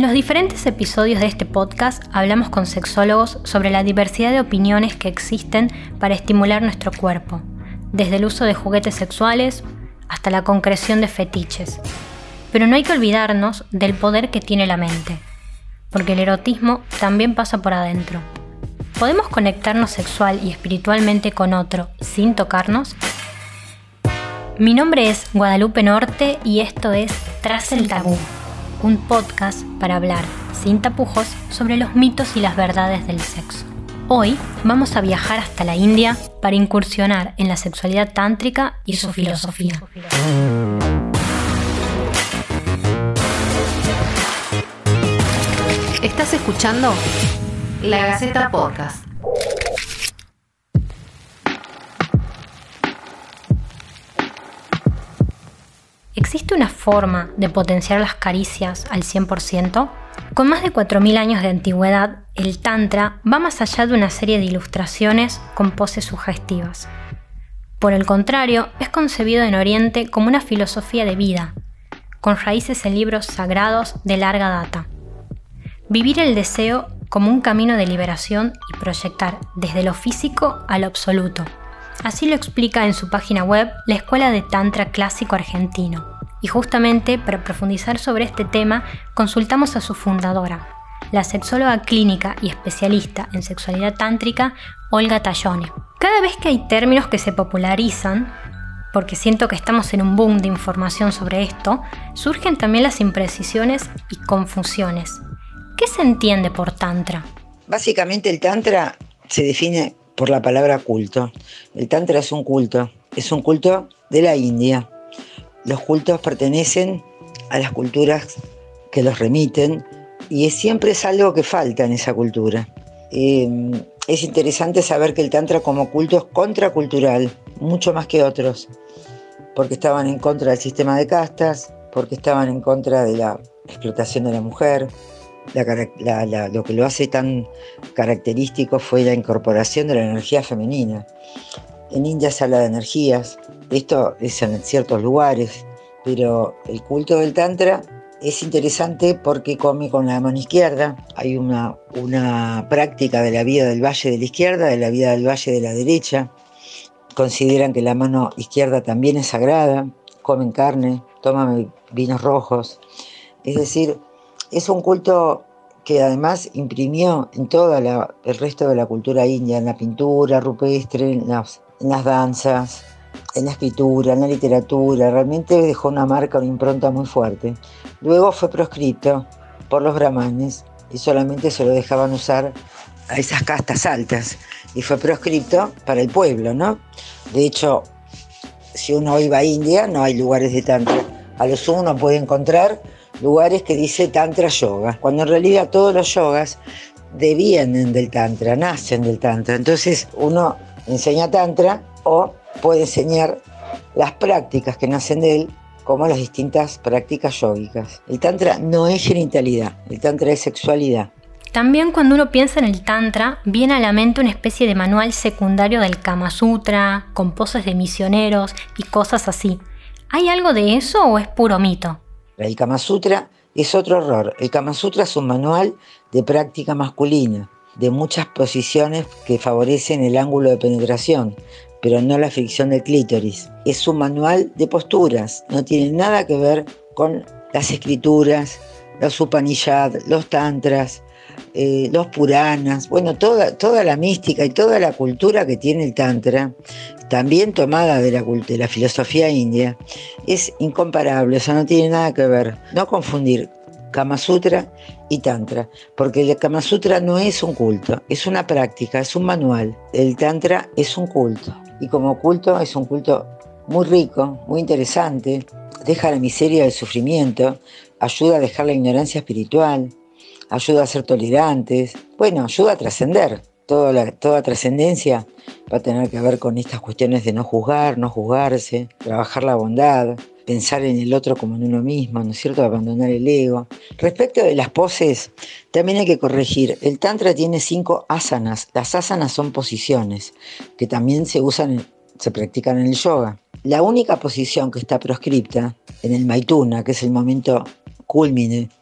los diferentes episodios de este podcast hablamos con sexólogos sobre la diversidad de opiniones que existen para estimular nuestro cuerpo, desde el uso de juguetes sexuales hasta la concreción de fetiches. Pero no hay que olvidarnos del poder que tiene la mente, porque el erotismo también pasa por adentro. ¿Podemos conectarnos sexual y espiritualmente con otro sin tocarnos? Mi nombre es Guadalupe Norte y esto es Tras el Tabú, un podcast para hablar sin tapujos sobre los mitos y las verdades del sexo. Hoy vamos a viajar hasta la India para incursionar en la sexualidad tántrica y su filosofía. Estás escuchando La Gaceta Podcast. ¿Existe una forma de potenciar las caricias al 100%? Con más de 4.000 años de antigüedad, el Tantra va más allá de una serie de ilustraciones con poses sugestivas. Por el contrario, es concebido en Oriente como una filosofía de vida, con raíces en libros sagrados de larga data. Vivir el deseo como un camino de liberación y proyectar desde lo físico a lo absoluto. Así lo explica en su página web la Escuela de Tantra Clásico Argentino. Y justamente para profundizar sobre este tema, consultamos a su fundadora, la sexóloga clínica y especialista en sexualidad tántrica, Olga Tallone. Cada vez que hay términos que se popularizan, porque siento que estamos en un boom de información sobre esto, surgen también las imprecisiones y confusiones. ¿Qué se entiende por Tantra? Básicamente el Tantra se define por la palabra culto. El Tantra es un culto de la India. Los cultos pertenecen a las culturas que los remiten y siempre es algo que falta en esa cultura. Es interesante saber que el Tantra como culto es contracultural, mucho más que otros, porque estaban en contra del sistema de castas, porque estaban en contra de la explotación de la mujer. Lo que lo hace tan característico fue la incorporación de la energía femenina. En India se habla de energías, esto es en ciertos lugares, pero el culto del Tantra es interesante porque come con la mano izquierda. Hay una práctica de la vida del valle de la izquierda, de la vida del valle de la derecha. Consideran que la mano izquierda también es sagrada, comen carne, toman vinos rojos. Es decir, es un culto que además imprimió en todo el resto de la cultura india, en la pintura rupestre, en las danzas, en la escritura, en la literatura. Realmente dejó una marca, una impronta muy fuerte. Luego fue proscrito por los brahmanes y solamente se lo dejaban usar a esas castas altas. Y fue proscrito para el pueblo, ¿no? De hecho, si uno iba a India, no hay lugares de Tantra. A lo sumo uno puede encontrar lugares que dice Tantra Yoga, cuando en realidad todos los yogas devienen del Tantra, nacen del Tantra. Entonces uno enseña Tantra o puede enseñar las prácticas que nacen de él, como las distintas prácticas yógicas. El Tantra no es genitalidad, el Tantra es sexualidad. También cuando uno piensa en el Tantra, viene a la mente una especie de manual secundario del Kama Sutra, con poses de misioneros y cosas así. ¿Hay algo de eso o es puro mito? El Kama Sutra es otro error. El Kama Sutra es un manual de práctica masculina, de muchas posiciones que favorecen el ángulo de penetración, pero no la fricción del clítoris. Es un manual de posturas, no tiene nada que ver con las escrituras, los Upanishad, los tantras, los Puranas, bueno, toda la mística y toda la cultura que tiene el Tantra, también tomada de la filosofía india, es incomparable, o sea, no tiene nada que ver. No confundir Kama Sutra y Tantra, porque el Kama Sutra no es un culto, es una práctica, es un manual. El Tantra es un culto, y como culto es un culto muy rico, muy interesante, deja la miseria del sufrimiento, ayuda a dejar la ignorancia espiritual, ayuda a ser tolerantes, bueno, ayuda a trascender. Toda trascendencia va a tener que ver con estas cuestiones de no juzgar, no juzgarse, trabajar la bondad, pensar en el otro como en uno mismo, ¿no es cierto?, abandonar el ego. Respecto de las poses, también hay que corregir. El Tantra tiene 5 asanas. Las asanas son posiciones que también se practican en el yoga. La única posición que está proscripta en el Maituna, que es el momento cúlmine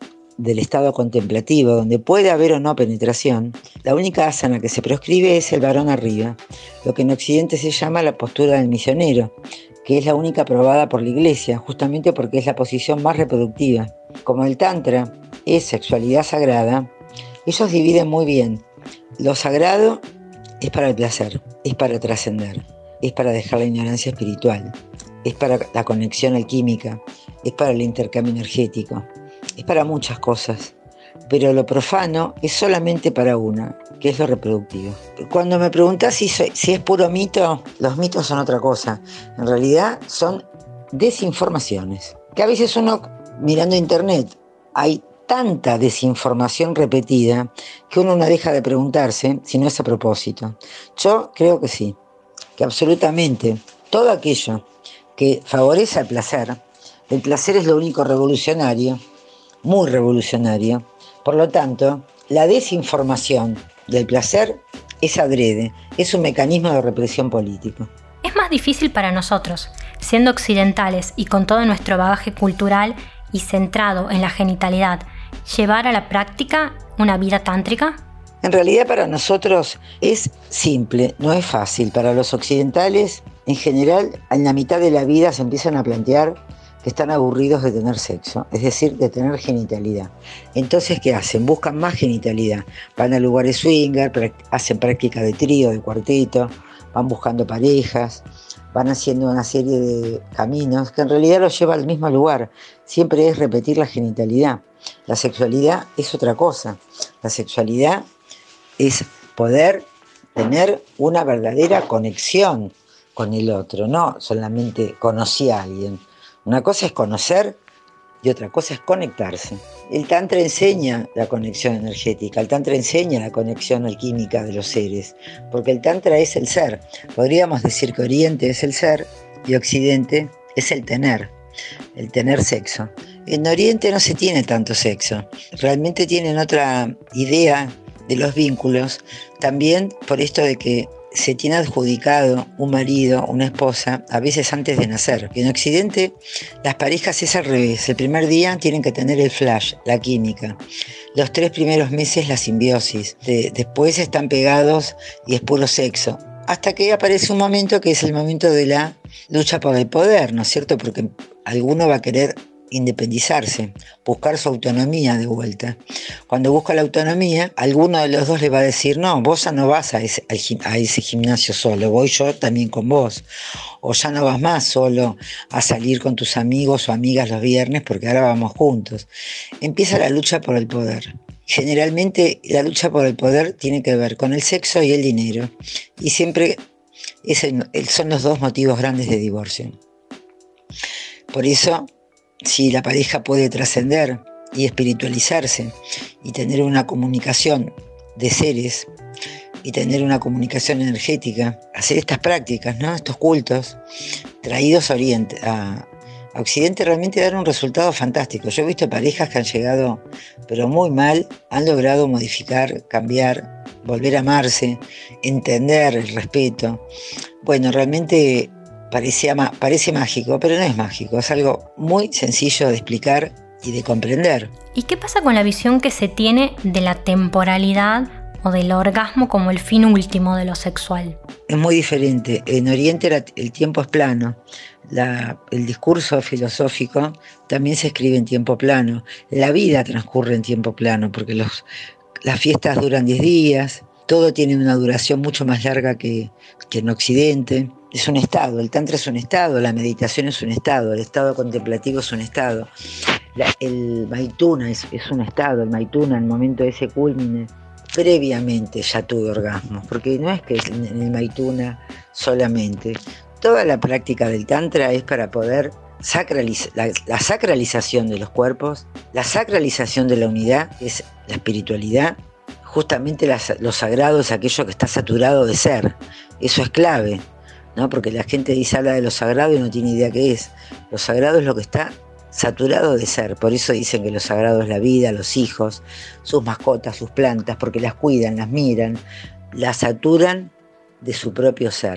del estado contemplativo, donde puede haber o no penetración, la única asana que se proscribe es el varón arriba, lo que en Occidente se llama la postura del misionero, que es la única aprobada por la Iglesia, justamente porque es la posición más reproductiva. Como el Tantra es sexualidad sagrada, ellos dividen muy bien. Lo sagrado es para el placer, es para trascender, es para dejar la ignorancia espiritual, es para la conexión alquímica, es para el intercambio energético, es para muchas cosas. Pero lo profano es solamente para una, que es lo reproductivo. Cuando me preguntás si es puro mito, los mitos son otra cosa. En realidad son desinformaciones. Que a veces uno, mirando internet, hay tanta desinformación repetida que uno no deja de preguntarse si no es a propósito. Yo creo que sí, que absolutamente todo aquello que favorece el placer es lo único revolucionario, muy revolucionario. Por lo tanto, la desinformación del placer es adrede, es un mecanismo de represión político. Es más difícil para nosotros, siendo occidentales y con todo nuestro bagaje cultural y centrado en la genitalidad, llevar a la práctica una vida tántrica. En realidad para nosotros es simple, no es fácil. Para los occidentales, en general, en la mitad de la vida se empiezan a plantear que están aburridos de tener sexo, es decir, de tener genitalidad. Entonces, ¿qué hacen? Buscan más genitalidad. Van a lugares swinger, hacen práctica de trío, de cuarteto, van buscando parejas, van haciendo una serie de caminos que en realidad los lleva al mismo lugar. Siempre es repetir la genitalidad. La sexualidad es otra cosa. La sexualidad es poder tener una verdadera conexión con el otro, no solamente conocí a alguien. Una cosa es conocer y otra cosa es conectarse. El Tantra enseña la conexión energética, el Tantra enseña la conexión alquímica de los seres, porque el Tantra es el ser. Podríamos decir que Oriente es el ser y Occidente es el tener sexo. En Oriente no se tiene tanto sexo, realmente tienen otra idea de los vínculos, también por esto de que se tiene adjudicado un marido, una esposa, a veces antes de nacer. En Occidente las parejas es al revés. El primer día tienen que tener el flash, la química. Los 3 primeros meses la simbiosis. Después están pegados y es puro sexo. Hasta que aparece un momento que es el momento de la lucha por el poder, ¿no es cierto? Porque alguno va a querer independizarse, buscar su autonomía de vuelta. Cuando busca la autonomía, alguno de los dos le va a decir, no, vos ya no vas a ese gimnasio solo, voy yo también con vos. O ya no vas más solo a salir con tus amigos o amigas los viernes porque ahora vamos juntos. Empieza la lucha por el poder. Generalmente la lucha por el poder tiene que ver con el sexo y el dinero. Y siempre son los dos motivos grandes de divorcio. Por eso, si la pareja puede trascender y espiritualizarse y tener una comunicación de seres y tener una comunicación energética, hacer estas prácticas, ¿no? Estos cultos traídos a Oriente, a Occidente, realmente dan un resultado fantástico. Yo he visto parejas que han llegado, pero muy mal, han logrado modificar, cambiar, volver a amarse, entender el respeto. Bueno, realmente parece mágico, pero no es mágico, es algo muy sencillo de explicar y de comprender. ¿Y qué pasa con la visión que se tiene de la temporalidad o del orgasmo como el fin último de lo sexual? Es muy diferente. En Oriente el tiempo es plano. El discurso filosófico también se escribe en tiempo plano. La vida transcurre en tiempo plano porque las fiestas duran 10 días. Todo tiene una duración mucho más larga que en Occidente. Es un estado, el Tantra es un estado, la meditación es un estado, el estado contemplativo es un estado. El Maituna es un estado, el Maituna, el momento de ese culmine. Previamente ya tuve orgasmos, porque no es que en el Maituna solamente. Toda la práctica del Tantra es para poder la sacralización de los cuerpos, la sacralización de la unidad, es la espiritualidad. Justamente lo sagrado es aquello que está saturado de ser. Eso es clave, ¿no? Porque la gente habla de lo sagrado y no tiene idea qué es. Lo sagrado es lo que está saturado de ser. Por eso dicen que lo sagrado es la vida, los hijos, sus mascotas, sus plantas, porque las cuidan, las miran, las saturan de su propio ser.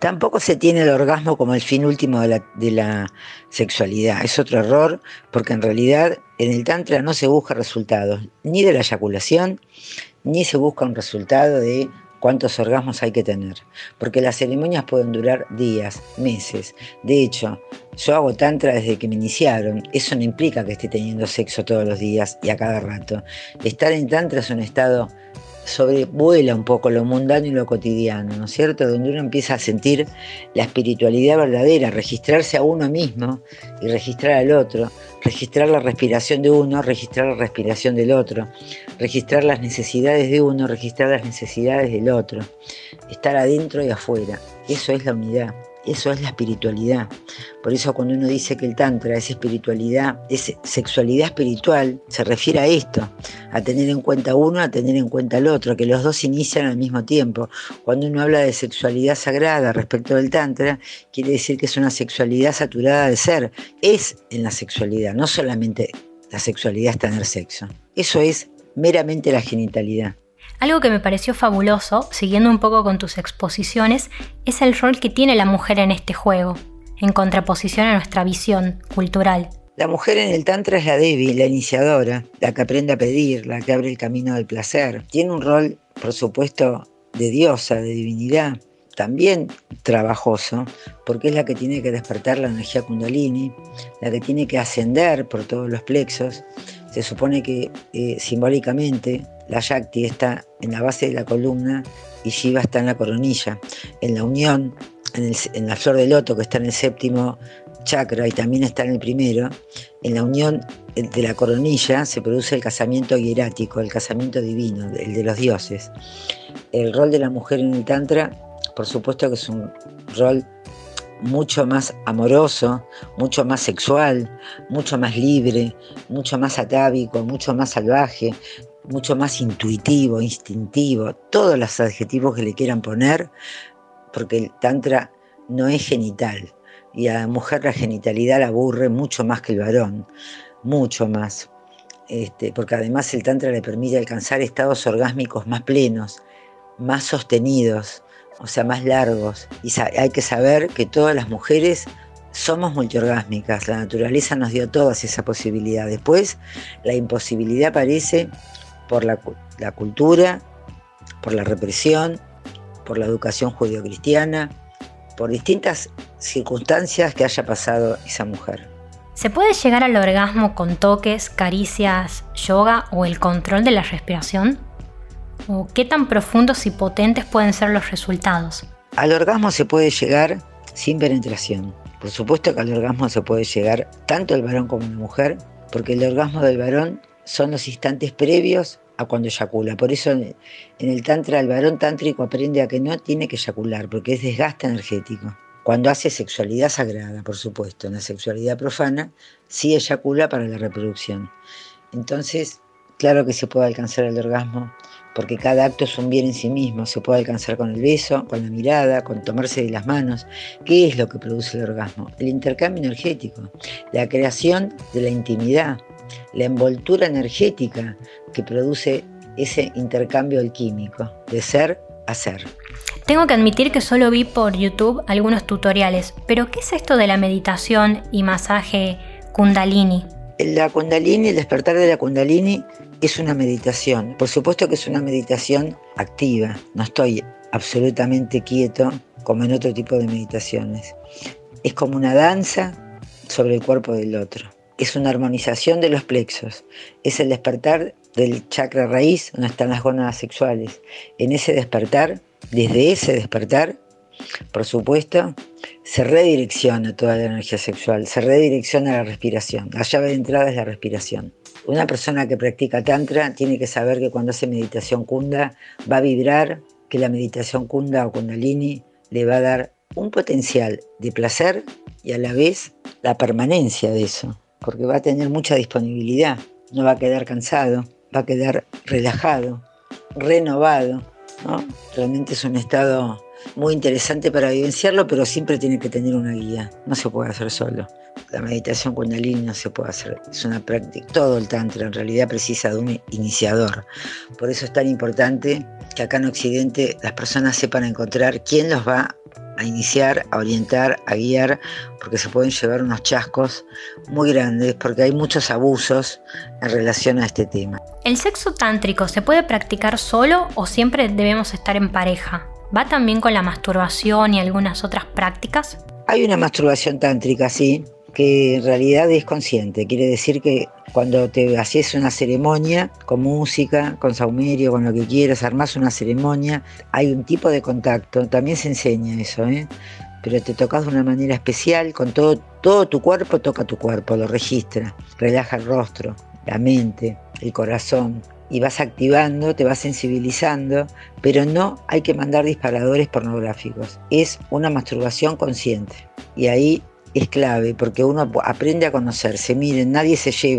Tampoco se tiene el orgasmo como el fin último de la sexualidad. Es otro error, porque en realidad en el tantra no se busca resultados ni de la eyaculación, ni se busca un resultado de cuántos orgasmos hay que tener, porque las ceremonias pueden durar días, meses. De hecho, yo hago tantra desde que me iniciaron. Eso no implica que esté teniendo sexo todos los días y a cada rato. Estar en tantra es un estado, sobrevuela un poco lo mundano y lo cotidiano, ¿no es cierto? Donde uno empieza a sentir la espiritualidad verdadera, registrarse a uno mismo y registrar al otro, registrar la respiración de uno, registrar la respiración del otro, registrar las necesidades de uno, registrar las necesidades del otro, estar adentro y afuera. Eso es la unidad. Eso es la espiritualidad. Por eso cuando uno dice que el tantra es espiritualidad, es sexualidad espiritual, se refiere a esto, a tener en cuenta uno, a tener en cuenta el otro, que los dos inician al mismo tiempo. Cuando uno habla de sexualidad sagrada respecto del tantra, quiere decir que es una sexualidad saturada de ser. Es en la sexualidad, no solamente la sexualidad es tener sexo. Eso es meramente la genitalidad. Algo que me pareció fabuloso, siguiendo un poco con tus exposiciones, es el rol que tiene la mujer en este juego, en contraposición a nuestra visión cultural. La mujer en el tantra es la Devi, la iniciadora, la que aprende a pedir, la que abre el camino del placer. Tiene un rol, por supuesto, de diosa, de divinidad, también trabajoso, porque es la que tiene que despertar la energía kundalini, la que tiene que ascender por todos los plexos. Se supone que simbólicamente la Shakti está en la base de la columna y Shiva está en la coronilla, en la unión, en la flor de loto que está en el séptimo chakra y también está en el primero. En la unión de la coronilla se produce el casamiento hierático, el casamiento divino, el de los dioses. El rol de la mujer en el tantra, por supuesto que es un rol mucho más amoroso, mucho más sexual, mucho más libre, mucho más atávico, mucho más salvaje, mucho más intuitivo, instintivo, todos los adjetivos que le quieran poner, porque el tantra no es genital y a la mujer la genitalidad la aburre mucho más que el varón, mucho más, porque además el tantra le permite alcanzar estados orgásmicos más plenos, más sostenidos, o sea, más largos. Y hay que saber que todas las mujeres somos multiorgásmicas, la naturaleza nos dio todas esa posibilidad. Después, la imposibilidad aparece por la cultura, por la represión, por la educación judeocristiana, por distintas circunstancias que haya pasado esa mujer. ¿Se puede llegar al orgasmo con toques, caricias, yoga o el control de la respiración? ¿O qué tan profundos y potentes pueden ser los resultados? Al orgasmo se puede llegar sin penetración. Por supuesto que al orgasmo se puede llegar tanto el varón como la mujer, porque el orgasmo del varón son los instantes previos a cuando eyacula. Por eso en el tantra el varón tántrico aprende a que no tiene que eyacular, porque es desgaste energético. Cuando hace sexualidad sagrada, por supuesto, en la sexualidad profana, sí eyacula para la reproducción. Entonces, claro que se puede alcanzar el orgasmo, porque cada acto es un bien en sí mismo. Se puede alcanzar con el beso, con la mirada, con tomarse de las manos. ¿Qué es lo que produce el orgasmo? El intercambio energético, la creación de la intimidad, la envoltura energética que produce ese intercambio alquímico, de ser a ser. Tengo que admitir que solo vi por YouTube algunos tutoriales, pero ¿qué es esto de la meditación y masaje Kundalini? La Kundalini, el despertar de la Kundalini es una meditación. Por supuesto que es una meditación activa. No estoy absolutamente quieto como en otro tipo de meditaciones. Es como una danza sobre el cuerpo del otro. Es una armonización de los plexos. Es el despertar del chakra raíz donde están las gónadas sexuales. En ese despertar, desde ese despertar, por supuesto, se redirecciona toda la energía sexual, se redirecciona la respiración. La llave de entrada es la respiración. Una persona que practica tantra tiene que saber que cuando hace meditación kunda va a vibrar, que la meditación kunda o kundalini le va a dar un potencial de placer y a la vez la permanencia de eso, porque va a tener mucha disponibilidad, no va a quedar cansado, va a quedar relajado, renovado, ¿no? Realmente es un estado muy interesante para vivenciarlo, pero siempre tiene que tener una guía, no se puede hacer solo. La meditación kundalini no se puede hacer, es una práctica, todo el tantra en realidad precisa de un iniciador. Por eso es tan importante que acá en Occidente las personas sepan encontrar quién los va a iniciar, a orientar, a guiar, porque se pueden llevar unos chascos muy grandes, porque hay muchos abusos en relación a este tema. ¿El sexo tántrico se puede practicar solo o siempre debemos estar en pareja? ¿Va también con la masturbación y algunas otras prácticas? Hay una masturbación tántrica, sí, que en realidad es consciente. Quiere decir que cuando te haces una ceremonia con música, con saumerio, con lo que quieras, armás una ceremonia, hay un tipo de contacto, también se enseña eso, pero te tocas de una manera especial, con todo tu cuerpo toca tu cuerpo, lo registra, relaja el rostro, la mente, el corazón, y vas activando, te vas sensibilizando, pero no hay que mandar disparadores pornográficos, es una masturbación consciente, y ahí es clave, porque uno aprende a conocerse. Miren, nadie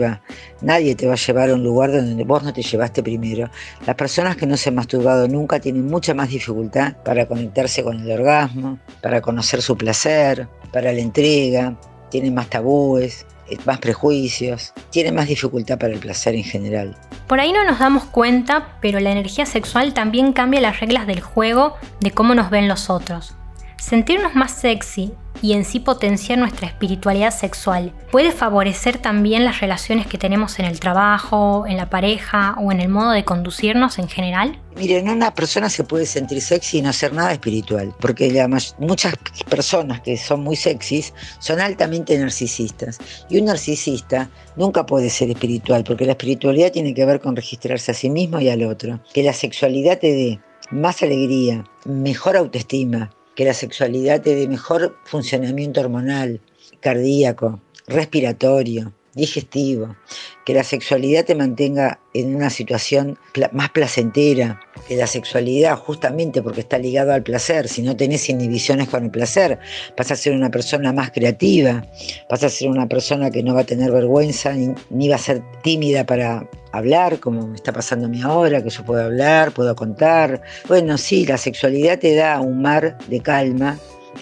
te va a llevar a un lugar donde vos no te llevaste primero. Las personas que no se han masturbado nunca tienen mucha más dificultad para conectarse con el orgasmo, para conocer su placer, para la entrega, tienen más tabúes, más prejuicios, tienen más dificultad para el placer en general. Por ahí no nos damos cuenta, pero la energía sexual también cambia las reglas del juego de cómo nos ven los otros. Sentirnos más sexy y en sí potenciar nuestra espiritualidad sexual puede favorecer también las relaciones que tenemos en el trabajo, en la pareja o en el modo de conducirnos en general. Miren, una persona se puede sentir sexy y no ser nada espiritual, porque muchas personas que son muy sexys son altamente narcisistas, y un narcisista nunca puede ser espiritual, porque la espiritualidad tiene que ver con registrarse a sí mismo y al otro. Que la sexualidad te dé más alegría, mejor autoestima, que la sexualidad te dé mejor funcionamiento hormonal, cardíaco, respiratorio, digestivo, que la sexualidad te mantenga en una situación más placentera, que la sexualidad, justamente porque está ligado al placer, si no tenés inhibiciones con el placer, vas a ser una persona más creativa, vas a ser una persona que no va a tener vergüenza ni va a ser tímida para hablar, como me está pasando a mí ahora, que yo puedo hablar, puedo contar. Bueno, sí, la sexualidad te da un mar de calma,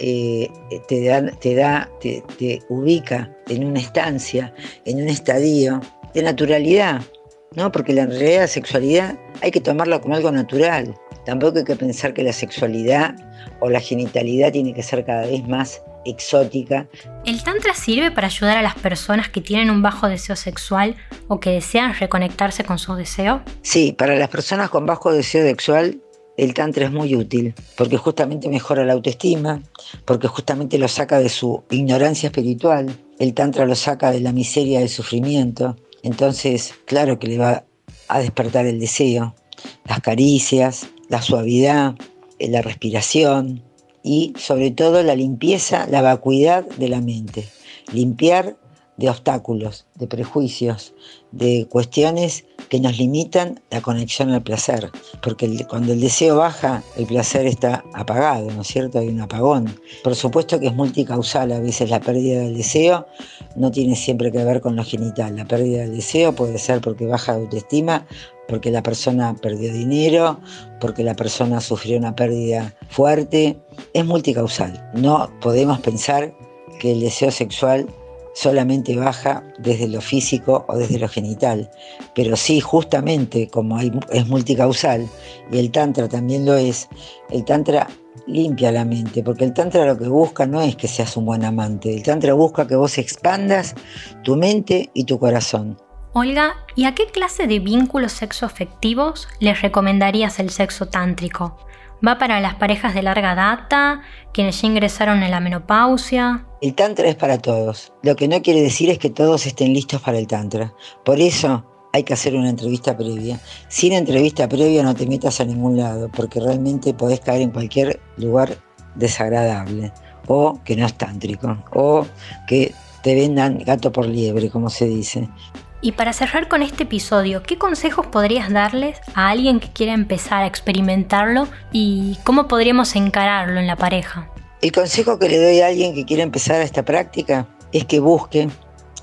te ubica en una estancia, en un estadio de naturalidad, ¿no? Porque en realidad la sexualidad hay que tomarla como algo natural. Tampoco hay que pensar que la sexualidad o la genitalidad tiene que ser cada vez más exótica. ¿El tantra sirve para ayudar a las personas que tienen un bajo deseo sexual o que desean reconectarse con su deseo? Sí, para las personas con bajo deseo sexual el tantra es muy útil, porque justamente mejora la autoestima, porque justamente lo saca de su ignorancia espiritual, el tantra lo saca de la miseria del sufrimiento, entonces claro que le va a despertar el deseo, las caricias, la suavidad, la respiración y sobre todo la limpieza, la vacuidad de la mente, limpiar de obstáculos, de prejuicios, de cuestiones que nos limitan la conexión al placer, porque cuando el deseo baja, el placer está apagado, ¿no es cierto? Hay un apagón. Por supuesto que es multicausal, a veces la pérdida del deseo no tiene siempre que ver con lo genital. La pérdida del deseo puede ser porque baja la autoestima, porque la persona perdió dinero, porque la persona sufrió una pérdida fuerte. Es multicausal. No podemos pensar que el deseo sexual solamente baja desde lo físico o desde lo genital, pero sí, justamente como es multicausal y el tantra también lo es, el tantra limpia la mente, porque el tantra lo que busca no es que seas un buen amante, el tantra busca que vos expandas tu mente y tu corazón. Olga, ¿y a qué clase de vínculos sexoafectivos les recomendarías el sexo tántrico? ¿Va para las parejas de larga data, quienes ya ingresaron en la menopausia? El tantra es para todos. Lo que no quiere decir es que todos estén listos para el tantra. Por eso hay que hacer una entrevista previa. Sin entrevista previa no te metas a ningún lado, porque realmente podés caer en cualquier lugar desagradable, o que no es tántrico, o que te vendan gato por liebre, como se dice. Y para cerrar con este episodio, ¿qué consejos podrías darles a alguien que quiera empezar a experimentarlo y cómo podríamos encararlo en la pareja? El consejo que le doy a alguien que quiera empezar esta práctica es que busque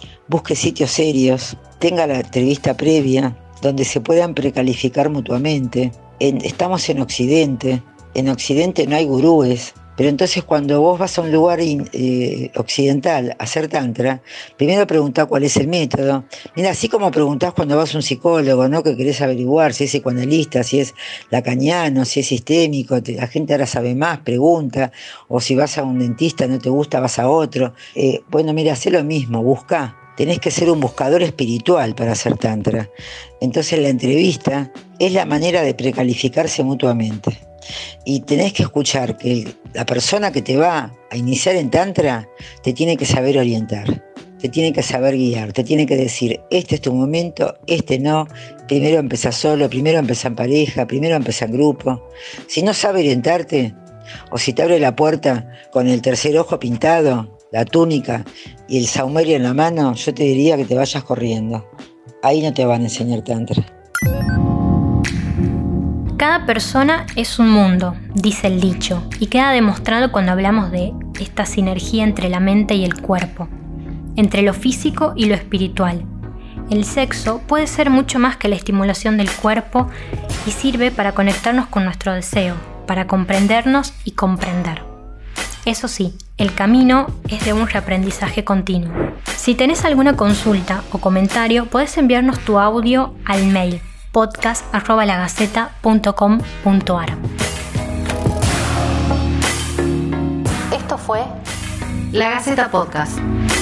sitios serios, tenga la entrevista previa, donde se puedan precalificar mutuamente. Estamos en Occidente no hay gurúes, Pero entonces cuando vos vas a un lugar occidental a hacer tantra, primero preguntá cuál es el método. Mira, así como preguntás cuando vas a un psicólogo, ¿no? Que querés averiguar si es psicoanalista, si es lacaniano, si es sistémico, la gente ahora sabe más, pregunta, o si vas a un dentista, no te gusta, vas a otro. Bueno, mira, hacé lo mismo, buscá. Tenés que ser un buscador espiritual para hacer tantra. Entonces la entrevista es la manera de precalificarse mutuamente. Y tenés que escuchar que la persona que te va a iniciar en tantra te tiene que saber orientar, te tiene que saber guiar, te tiene que decir, este es tu momento, este no, primero empezá solo, primero empezá en pareja, primero empezá en grupo. Si no sabe orientarte, o si te abre la puerta con el tercer ojo pintado, la túnica y el saumerio en la mano, yo te diría que te vayas corriendo. Ahí no te van a enseñar tantra. Cada persona es un mundo, dice el dicho, y queda demostrado cuando hablamos de esta sinergia entre la mente y el cuerpo, entre lo físico y lo espiritual. El sexo puede ser mucho más que la estimulación del cuerpo y sirve para conectarnos con nuestro deseo, para comprendernos y comprender. Eso sí, el camino es de un reaprendizaje continuo. Si tenés alguna consulta o comentario, podés enviarnos tu audio al mail podcast@lagaceta.com.ar. Esto fue La Gaceta Podcast.